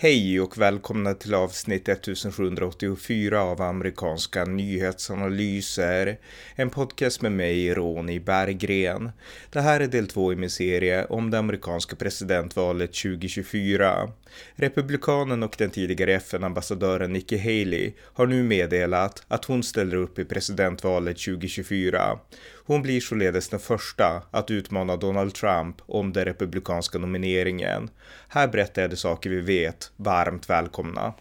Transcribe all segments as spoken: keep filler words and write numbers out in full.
Hej och välkomna till avsnitt sjuttonhundraåttiofyra av amerikanska nyhetsanalyser. En podcast med mig, Ronny Berggren. Det här är del två i min serie om det amerikanska presidentvalet tjugohundratjugofyra. Republikanen och den tidigare F N-ambassadören Nikki Haley har nu meddelat att hon ställer upp i presidentvalet tjugohundratjugofyra. Hon blir således den första att utmana Donald Trump om den republikanska nomineringen. Här berättar jag de saker vi vet. Varmt välkomna.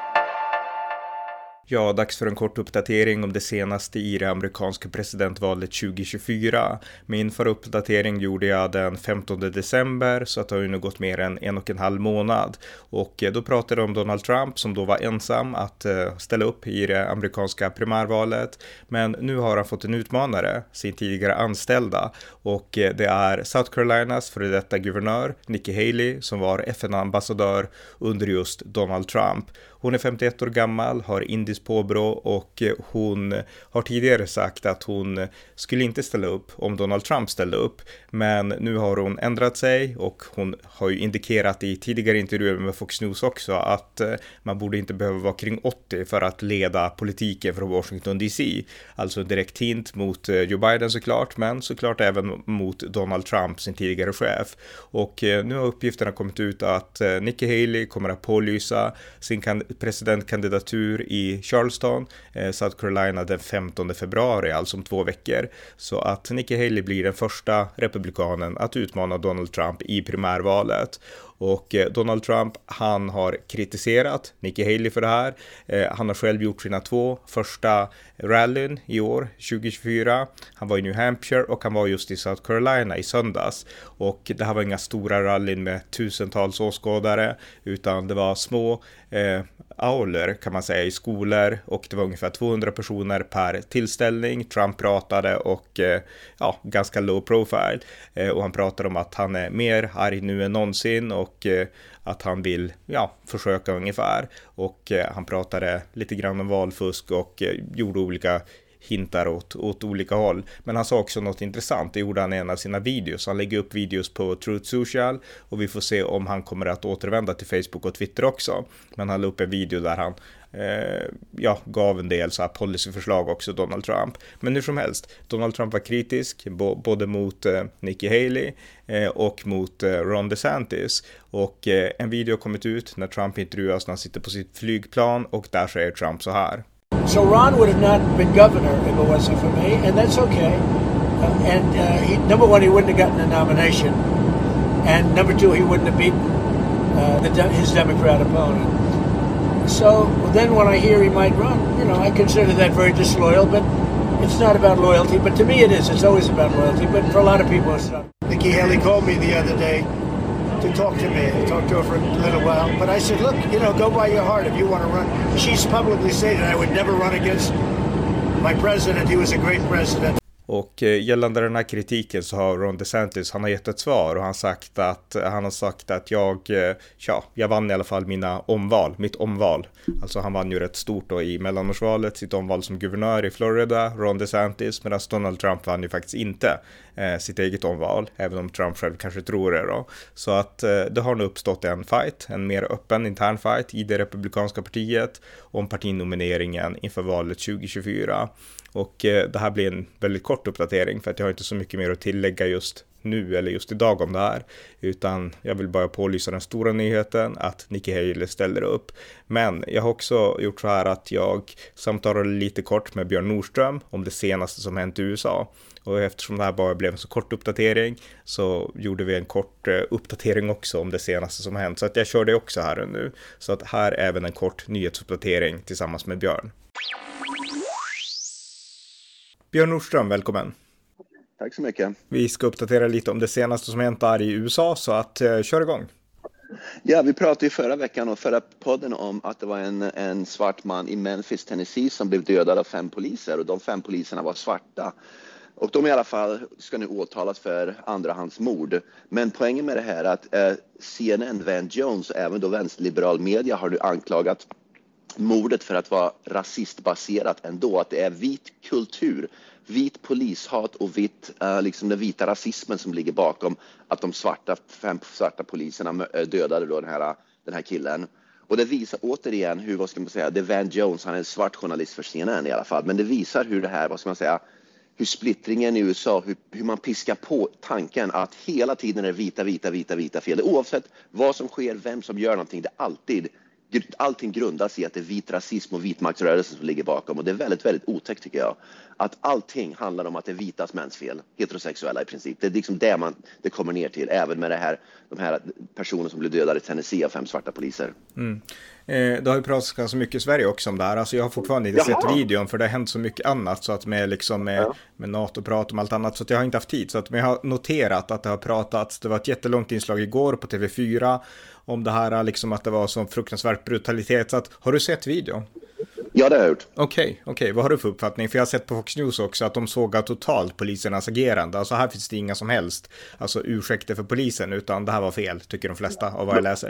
Ja, dags för en kort uppdatering om det senaste i det amerikanska presidentvalet tjugohundratjugofyra. Min förra uppdatering gjorde jag den femtonde december, så att det har ju nu gått mer än en och en halv månad. Och då pratade jag om Donald Trump som då var ensam att ställa upp i det amerikanska primärvalet. Men nu har han fått en utmanare, sin tidigare anställda. Och det är South Carolinas före detta guvernör Nikki Haley som var F N-ambassadör under just Donald Trump. Hon är femtioett år gammal, har indiskt påbrå och hon har tidigare sagt att hon skulle inte ställa upp om Donald Trump ställde upp. Men nu har hon ändrat sig och hon har ju indikerat i tidigare intervjuer med Fox News också att man borde inte behöva vara kring åttio för att leda politiken från Washington D C. Alltså en direkt hint mot Joe Biden såklart, men såklart även mot Donald Trump, sin tidigare chef. Och nu har uppgifterna kommit ut att Nikki Haley kommer att pålysa sin kandidat presidentkandidatur i Charleston, eh, South Carolina den femtonde februari, alltså om två veckor. Så att Nikki Haley blir den första republikanen att utmana Donald Trump i primärvalet. Och eh, Donald Trump, han har kritiserat Nikki Haley för det här. Eh, han har själv gjort sina två första rallyn i år, tjugohundratjugofyra. Han var i New Hampshire och han var just i South Carolina i söndags. Och det här var inga stora rallyn med tusentals åskådare, utan det var små eh, auler kan man säga i skolor, och det var ungefär tvåhundra personer per tillställning. Trump pratade och eh, ja, ganska low profile. Eh, och han pratade om att han är mer arg nu än någonsin och eh, att han vill ja, försöka ungefär. Och eh, han pratade lite grann om valfusk och eh, gjorde olika hintar åt, åt olika håll. Men han sa också något intressant. Det gjorde han i en av sina videos. Han lägger upp videos på Truth Social och vi får se om han kommer att återvända till Facebook och Twitter också. Men han la upp en video där han eh, ja, gav en del så här policyförslag också, Donald Trump. Men hur som helst, Donald Trump var kritisk bo- både mot eh, Nikki Haley eh, och mot eh, Ron DeSantis. Och eh, en video har kommit ut när Trump intervjuas när han sitter på sitt flygplan, och där säger Trump så här. So Ron would have not been governor if it wasn't for me, and that's okay. Uh, and uh, he, number one, he wouldn't have gotten the nomination, and number two, he wouldn't have beaten uh, the, his Democrat opponent. So then when I hear he might run, you know, I consider that very disloyal, but it's not about loyalty. But to me it is. It's always about loyalty, but for a lot of people it's not. Nikki Haley called me the other day to talk to me. I talked to her for a little while, but I said, look, you know, go by your heart if you want to run. She's publicly stated I would never run against my president. He was a great president. Och gällande den här kritiken så har Ron DeSantis, han har gett ett svar och han, sagt att, han har sagt att jag, ja, jag vann i alla fall mina omval, mitt omval. Alltså han vann ju rätt stort då i mellanårsvalet, sitt omval som guvernör i Florida, Ron DeSantis, medan Donald Trump vann ju faktiskt inte eh, sitt eget omval, även om Trump själv kanske tror det då. Så att eh, det har nu uppstått en fight, en mer öppen intern fight i det republikanska partiet om partinomineringen inför valet tjugohundratjugofyra. Och eh, det här blir en väldigt kort uppdatering för att jag har inte så mycket mer att tillägga just nu eller just idag om det här, utan jag vill bara pålysa den stora nyheten att Nikki Haley ställer upp. Men jag har också gjort så här att jag samtalade lite kort med Björn Nordström om det senaste som hänt i U S A. Och eftersom det här bara blev en så kort uppdatering så gjorde vi en kort eh, uppdatering också om det senaste som hänt. Så att jag kör det också här nu. Så att här är även en kort nyhetsuppdatering tillsammans med Björn. Björn Nordström, välkommen. Tack så mycket. Vi ska uppdatera lite om det senaste som hänt där i U S A, så att eh, kör igång. Ja, vi pratade ju förra veckan och förra podden om att det var en, en svart man i Memphis, Tennessee som blev dödad av fem poliser, och de fem poliserna var svarta. Och de i alla fall ska nu åtalas för andrahandsmord. Men poängen med det här är att eh, C N N, Van Jones, även då vänsterliberal media, har nu anklagat mordet för att vara rasistbaserat ändå. Att det är vit kultur, vit polishat och vit, uh, liksom den vita rasismen som ligger bakom att de svarta, fem svarta poliserna dödade då den här, den här killen. Och det visar återigen hur, vad ska man säga, det är Van Jones, han är en svart journalist för C N N i alla fall, men det visar hur det här, vad ska man säga, hur splittringen i U S A, hur, hur man piskar på tanken att hela tiden är vita, vita, vita, vita fel. Oavsett vad som sker, vem som gör någonting, det är alltid, allting grundas i att det är vit rasism och vitmaktsrörelse som ligger bakom. Och det är väldigt, väldigt otäckt tycker jag. Att allting handlar om att det är vitas mäns fel, heterosexuella i princip. Det är liksom det man det kommer ner till, även med det här, de här personerna som blev dödade i Tennessee av fem svarta poliser. Mm. Eh, det har ju pratats ganska mycket i Sverige också om det här. Alltså jag har fortfarande inte Jaha. sett videon för det har hänt så mycket annat. Så att med, liksom med, ja. med NATO-prat och allt annat. Så att jag har inte haft tid. Så att, men jag har noterat att det har pratats. Det var ett jättelångt inslag igår på T V fyra. Om det här liksom att det var så fruktansvärt brutalitet. Så att, har du sett videon? Ja, det har jag gjort. Okej, okay, okej. Okay. Vad har du för uppfattning? För jag har sett på Fox News också att de sågar totalt polisernas agerande. Alltså här finns det inga som helst alltså ursäkter för polisen. Utan det här var fel, tycker de flesta av vad jag läser.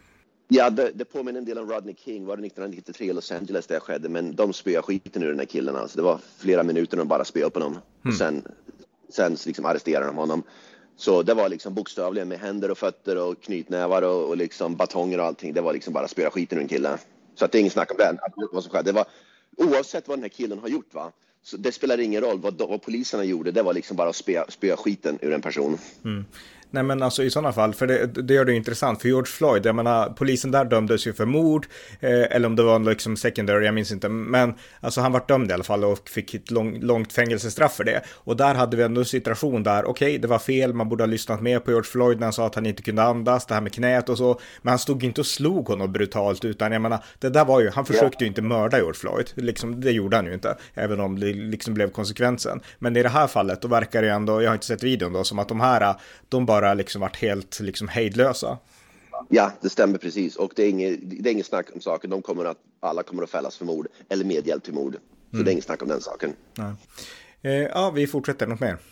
Ja, det, det påminner en del om Rodney King. Var det nittonhundranittiotre i Los Angeles det skedde. Men de spöade skiten ur den här killen. Alltså, det var flera minuter de bara spöade på honom. Mm. Och sen, sen liksom arresterade de honom. Så det var liksom bokstavligen med händer och fötter och knytnävar och, och liksom batonger och allting. Det var liksom bara spöa skiten ur en kille. Så att det är ingen snack om det. Vad som skedde. Det var, oavsett vad den här killen har gjort, va? Så det spelar ingen roll. Vad, vad poliserna gjorde, det var liksom bara att spöa, spöa skiten ur en person. Mm. Nej men alltså i sådana fall, för det, det gör det intressant för George Floyd, jag menar polisen där dömdes ju för mord eh, eller om det var liksom secondary, jag minns inte, men alltså han var dömd i alla fall och fick ett lång, långt fängelsestraff för det, och där hade vi ändå en situation där, okej okay, det var fel, man borde ha lyssnat mer på George Floyd när han sa att han inte kunde andas, det här med knät och så, men han stod inte och slog honom brutalt, utan jag menar, det där var ju, han försökte ju inte mörda George Floyd, liksom, det gjorde han ju inte, även om det liksom blev konsekvensen, men i det här fallet då verkar det ju ändå, jag har inte sett videon då, som att de här, de bara liksom varit helt liksom hejdlösa. Ja, det stämmer precis. Och det är inget, det är inget snack om saken. De kommer att, alla kommer att fällas för mord eller medhjälp till mord. Så mm. det är inget snack om den saken. Ja, eh, ja vi fortsätter något mer.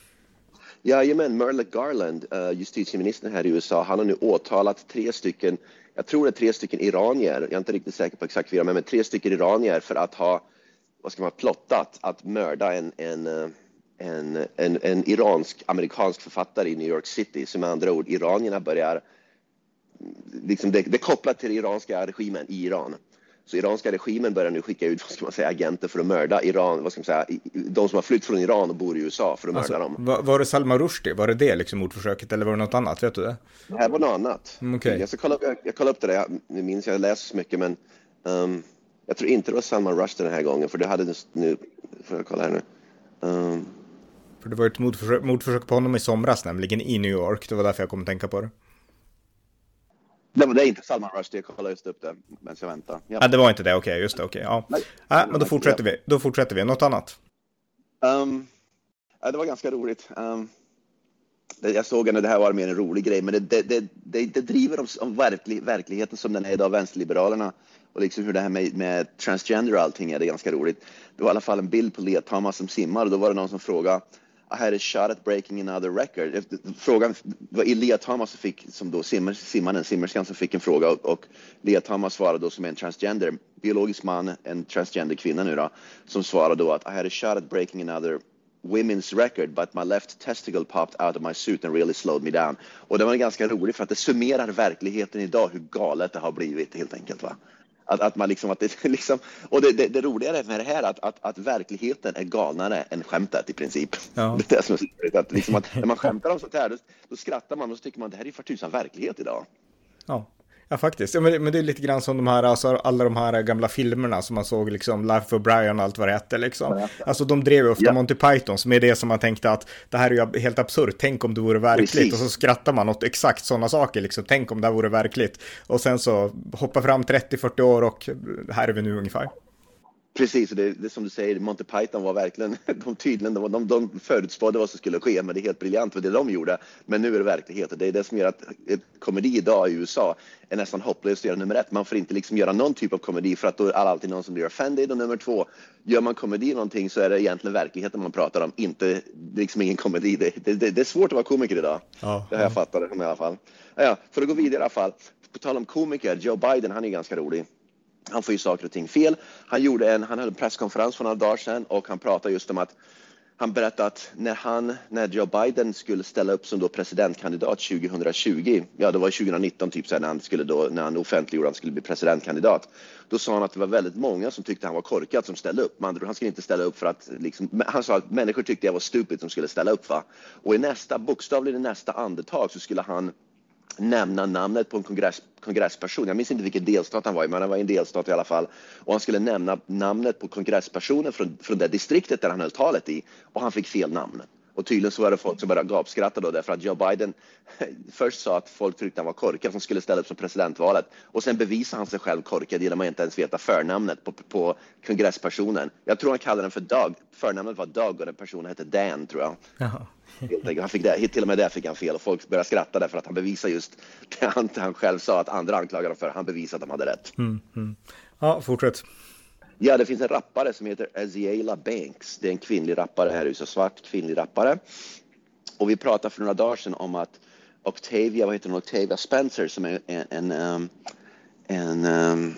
Ja, men Merrick Garland, uh, justitieministern här i U S A, han har nu åtalat tre stycken, jag tror det är tre stycken iranier, jag är inte riktigt säker på exakt vilka, men tre stycken iranier för att ha, vad ska man, plottat att mörda en, en uh, En, en, en iransk-amerikansk författare i New York City. Som med andra ord, iranierna börjar liksom det, det är kopplat till den iranska regimen i Iran. Så iranska regimen börjar nu skicka ut, vad ska man säga, agenter för att mörda Iran, vad ska man säga, de som har flytt från Iran och bor i U S A för att alltså, mörda dem. Var, var det Salman Rushdie? Var det det liksom mordförsöket eller var det något annat? Vet du det? Det här var något annat. Mm, okay. Jag ska kolla upp, jag, jag kollar upp det där. Jag minns, jag läser så mycket, men um, jag tror inte det var Salman Rushdie den här gången, för det hade nu, får jag kolla här nu. Um, För det var ett mordförsök, mordförsök på honom i somras, nämligen i New York. Det var därför jag kom att tänka på det. Det var det inte Salman Rushdie, jag kollade just upp det men jag väntar. Ja. Ja, det var inte det, okej, okay, just det, okej. Okay, ja. Nej, ja, men då fortsätter vi. Då fortsätter vi. Något annat? Um, ja, det var ganska roligt. Um, det, jag såg att det här var mer en rolig grej, men det, det, det, det, det driver om, om verklig, verkligheten som den är idag, vänsterliberalerna. Och liksom hur det här med, med transgender och allting är, det är ganska roligt. Det var i alla fall en bild på Lea Thomas som simmar, och då var det någon som frågade I had a shot at breaking another record. Frågan var i Lea Thomas fick, som då simmar, simmaren, simmerskan som fick en fråga, och, och Lea Thomas svarade då som en transgender, biologisk man, en transgender kvinna nu då, som svarade då att I had a shot at breaking another women's record, but my left testicle popped out of my suit and really slowed me down. Och det var ganska roligt för att det summerar verkligheten idag, hur galet det har blivit helt enkelt, va? Att, att man liksom, att det liksom, och det, det, det roliga med det här att, att, att verkligheten är galnare än skämtet i princip. Ja. Det är det som är att, liksom att när man skämtar om sånt här, då, då skrattar man och så tycker man att det här är för tusan verklighet idag. Ja. Ja, faktiskt. Ja, men, men det är lite grann som de här, alltså, alla de här gamla filmerna som man såg, liksom Life of Brian och allt vad det hette, liksom. Alltså de drev ju ofta ja. Monty Python, som är det som man tänkte att det här är ju helt absurt, tänk om det vore verkligt. Precis. Och så skrattar man åt exakt sådana saker, liksom, tänk om det här vore verkligt. Och sen så hoppa fram trettio fyrtio år och här är vi nu ungefär. Precis, och det, det som du säger, Monty Python var verkligen, de tydligen, de, de, de förutspådde vad som skulle ske, men det är helt briljant vad det de gjorde. Men nu är det verklighet, och det är det som gör att komedi idag i U S A är nästan hopplöst att göra nummer ett. Man får inte liksom göra någon typ av komedi, för att då är det alltid någon som blir offended. Och nummer två, gör man komedi någonting så är det egentligen verkligheten man pratar om, inte liksom ingen komedi. Det, det, det, det är svårt att vara komiker idag, ja, det har jag fattat det i alla fall. Ja, för att gå vidare i alla fall, på tal om komiker, Joe Biden, han är ganska rolig. Han får ju saker och ting fel. Han gjorde en, han hade en presskonferens för några dagar sedan, och han pratade just om att han berättade att när, han, när Joe Biden skulle ställa upp som då presidentkandidat tjugohundratjugo, ja det var tjugonitton typ så här, när han skulle då, när han offentliggjorde att han skulle bli presidentkandidat, då sa han att det var väldigt många som tyckte han var korkad som ställde upp. Man, han skulle inte ställa upp för att liksom, han sa att människor tyckte jag var stupid som skulle ställa upp, va? Och i nästa, bokstavligt i nästa andetag så skulle han nämna namnet på en kongress, kongressperson. Jag minns inte vilken delstat han var i, men han var i en delstat i alla fall. Och han skulle nämna namnet på kongresspersonen från, från det distriktet där han höll talet i. Och han fick fel namn. Och tydligen så var det folk som bara gapskrattade då, därför att Joe Biden först sa att folk tyckte han var korkad som skulle ställa upp som presidentvalet. Och sen bevisade han sig själv korkad genom att inte ens veta förnamnet på, på kongresspersonen. Jag tror han kallade den för Doug. Förnamnet var Doug och den personen hette Dan, tror jag. Jaha. Han fick det, till och med där fick han fel och folk började skratta därför att han bevisade just det han, han själv sa att andra anklagade för. Han bevisade att de hade rätt. Mm, mm. Ja, fortsätt. Ja, det finns en rappare som heter Azealia Banks. Det är en kvinnlig rappare här i U S A, svart kvinnlig rappare. Och vi pratade för några dagar sedan om att Octavia, vad heter hon, Octavia Spencer som är en, en, en, en um,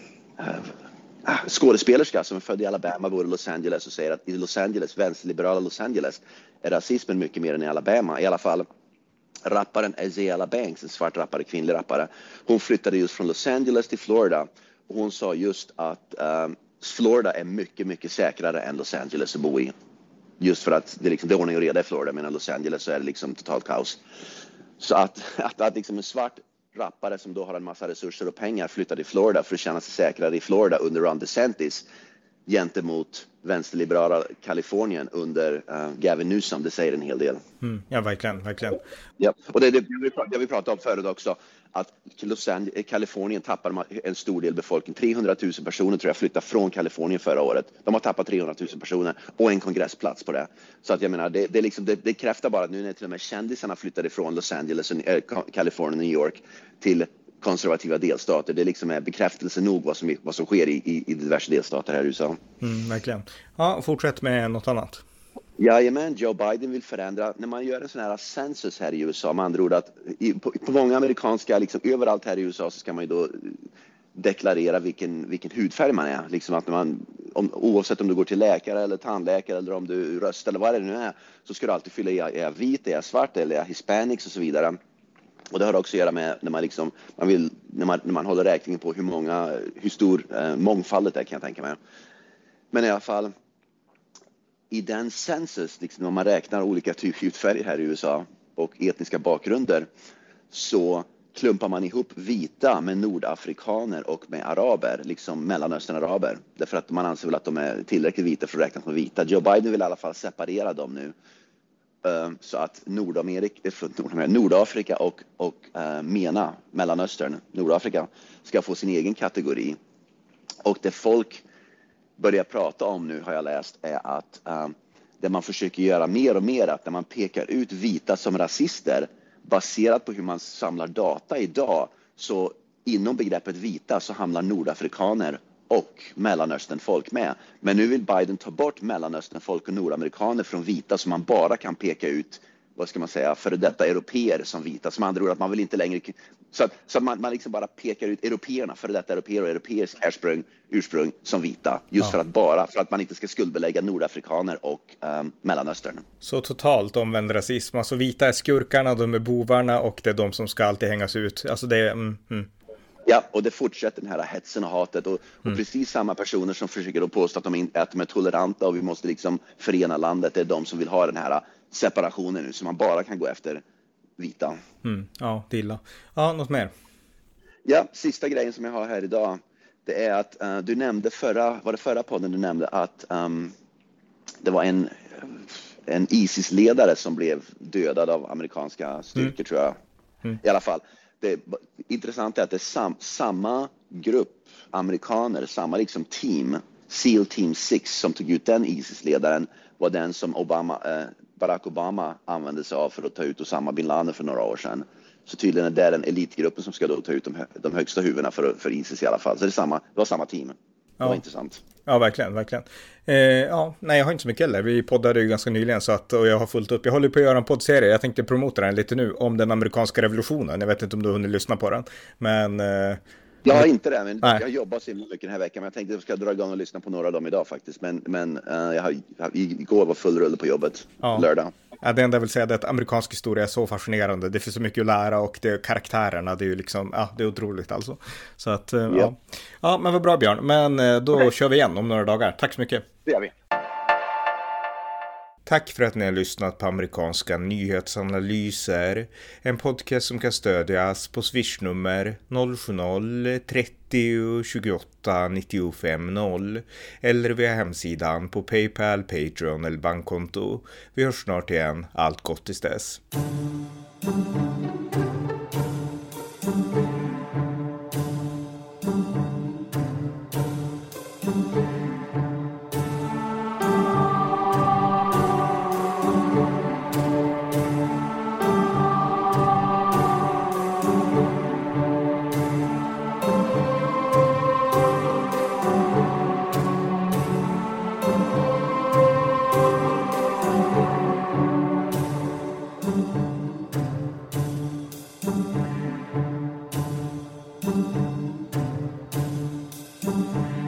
uh, skådespelerska som är född i Alabama, bor i Los Angeles och säger att i Los Angeles, vänsterliberala Los Angeles, är rasismen mycket mer än i Alabama. I alla fall rapparen Azealia Banks, en svart rappare, kvinnlig rappare. Hon flyttade just från Los Angeles till Florida och hon sa just att um, Florida är mycket, mycket säkrare än Los Angeles att bo i. Just för att det är, liksom, det är ordning och reda i Florida, men i Los Angeles så är det liksom totalt kaos. Så att, att, att liksom en svart rappare som då har en massa resurser och pengar flyttade till Florida för att känna sig säkrare i Florida under Ron DeSantis gentemot vänsterliberala Kalifornien under uh, Gavin Newsom, det säger en hel del. Mm, ja, verkligen, verkligen. Ja, och det är det vi pratade, vi pratade om förut också, att Los Angeles, Kalifornien tappar en stor del befolkning. trehundratusen personer tror jag flyttade från Kalifornien förra året. De har tappat trehundratusen personer och en kongressplats på det. Så att jag menar, det, det, är liksom, det, det kräftar bara att nu när till och med kändisarna flyttade från Los Angeles, äh, Kalifornien och New York till konservativa delstater. Det liksom är bekräftelse nog vad som, vad som sker i, i, i diverse delstater här i U S A. Mm, verkligen. Ja, fortsätt med något annat. Jajamän, Joe Biden vill förändra. När man gör en sån här census här i U S A, med andra ord att i, på, på många amerikanska, liksom överallt här i U S A så ska man ju då deklarera vilken, vilken hudfärg man är. Liksom att man, om, oavsett om du går till läkare eller tandläkare eller om du röstar eller vad det nu är, så ska du alltid fylla i, är jag vit, är jag svart eller är jag hispanics och så vidare. Och det har också att göra med när man, liksom, man, vill, när man, när man håller räkningen på hur, många, hur stor eh, mångfaldet är, kan jag tänka mig. Men i alla fall, i den census, liksom, när man räknar olika typer hudfärger här i U S A och etniska bakgrunder, så klumpar man ihop vita med nordafrikaner och med araber, liksom mellanöstern-araber. Därför att man anser väl att de är tillräckligt vita för att räknas som vita. Joe Biden vill i alla fall separera dem nu. Så att Nordamerika, Nordafrika och, och uh, MENA, Mellanöstern, Nordafrika, ska få sin egen kategori. Och det folk börjar prata om nu, har jag läst, är att uh, det man försöker göra mer och mer, att när man pekar ut vita som rasister, baserat på hur man samlar data idag, så inom begreppet vita så hamnar nordafrikaner och Mellanöstern-folk med. Men nu vill Biden ta bort Mellanöstern-folk och nordamerikaner från vita, så man bara kan peka ut, vad ska man säga, för detta europeer som vita. Som andra ord, att man vill inte längre, så att, så att man, man liksom bara pekar ut europeerna, för detta europeer och europeisk ursprung, ursprung som vita. Just ja. för att bara, för att man inte ska skuldbelägga nordafrikaner och um, Mellanöstern. Så totalt omvänd rasism, alltså vita är skurkarna, de är bovarna och det är de som ska alltid hängas ut. Alltså det är... Mm, mm. Ja, och det fortsätter den här hetsen och hatet och, och mm. precis samma personer som försöker att påstå att de, är, att de är toleranta och vi måste liksom förena landet, det är de som vill ha den här separationen nu, så man bara kan gå efter vita. Mm. Ja, det är illa. Ja, något mer? Ja, sista grejen som jag har här idag, det är att uh, du nämnde förra, var det förra podden du nämnde att um, det var en, en ISIS-ledare som blev dödad av amerikanska styrkor, mm. tror jag. Mm. I alla fall. Det intressanta är att det är sam, samma grupp amerikaner, samma liksom team, SEAL Team sex, som tog ut den ISIS-ledaren, var den som Obama, eh, Barack Obama använde sig av för att ta ut Osama bin Laden för några år sedan. Så tydligen är det den elitgruppen som ska då ta ut de, de högsta huvudena för, för ISIS i alla fall. Så det, är samma, det var samma team. Det ja. var intressant. Ja, verkligen, verkligen. Eh, ja, nej, jag har inte så mycket heller. Vi poddade ju ganska nyligen så att, och jag har fullt upp. Jag håller på att göra en poddserie. Jag tänkte promota den lite nu om den amerikanska revolutionen. Jag vet inte om du har hunnit lyssna på den. Men eh, Jag har inte det, men Nej. jag jobbar så mycket den här veckan. Men jag tänkte att jag ska dra igång och lyssna på några av dem idag faktiskt. Men, men uh, jag har, igår var full rulle på jobbet, ja. lördag. Ja, det enda jag vill säga är att amerikansk historia är så fascinerande. Det finns så mycket att lära och det är karaktärerna, det är ju liksom, ja, det är otroligt alltså. Så att, ja. Ja, ja men vad bra Björn. Men då okay. kör vi igen om några dagar. Tack så mycket. Det gör vi. Tack för att ni har lyssnat på amerikanska nyhetsanalyser. En podcast som kan stödjas på swishnummer noll sju noll trettio tjugoåtta nittiofem noll eller via hemsidan på PayPal, Patreon eller bankkonto. Vi hörs snart igen. Allt gott tills dess. Thank you.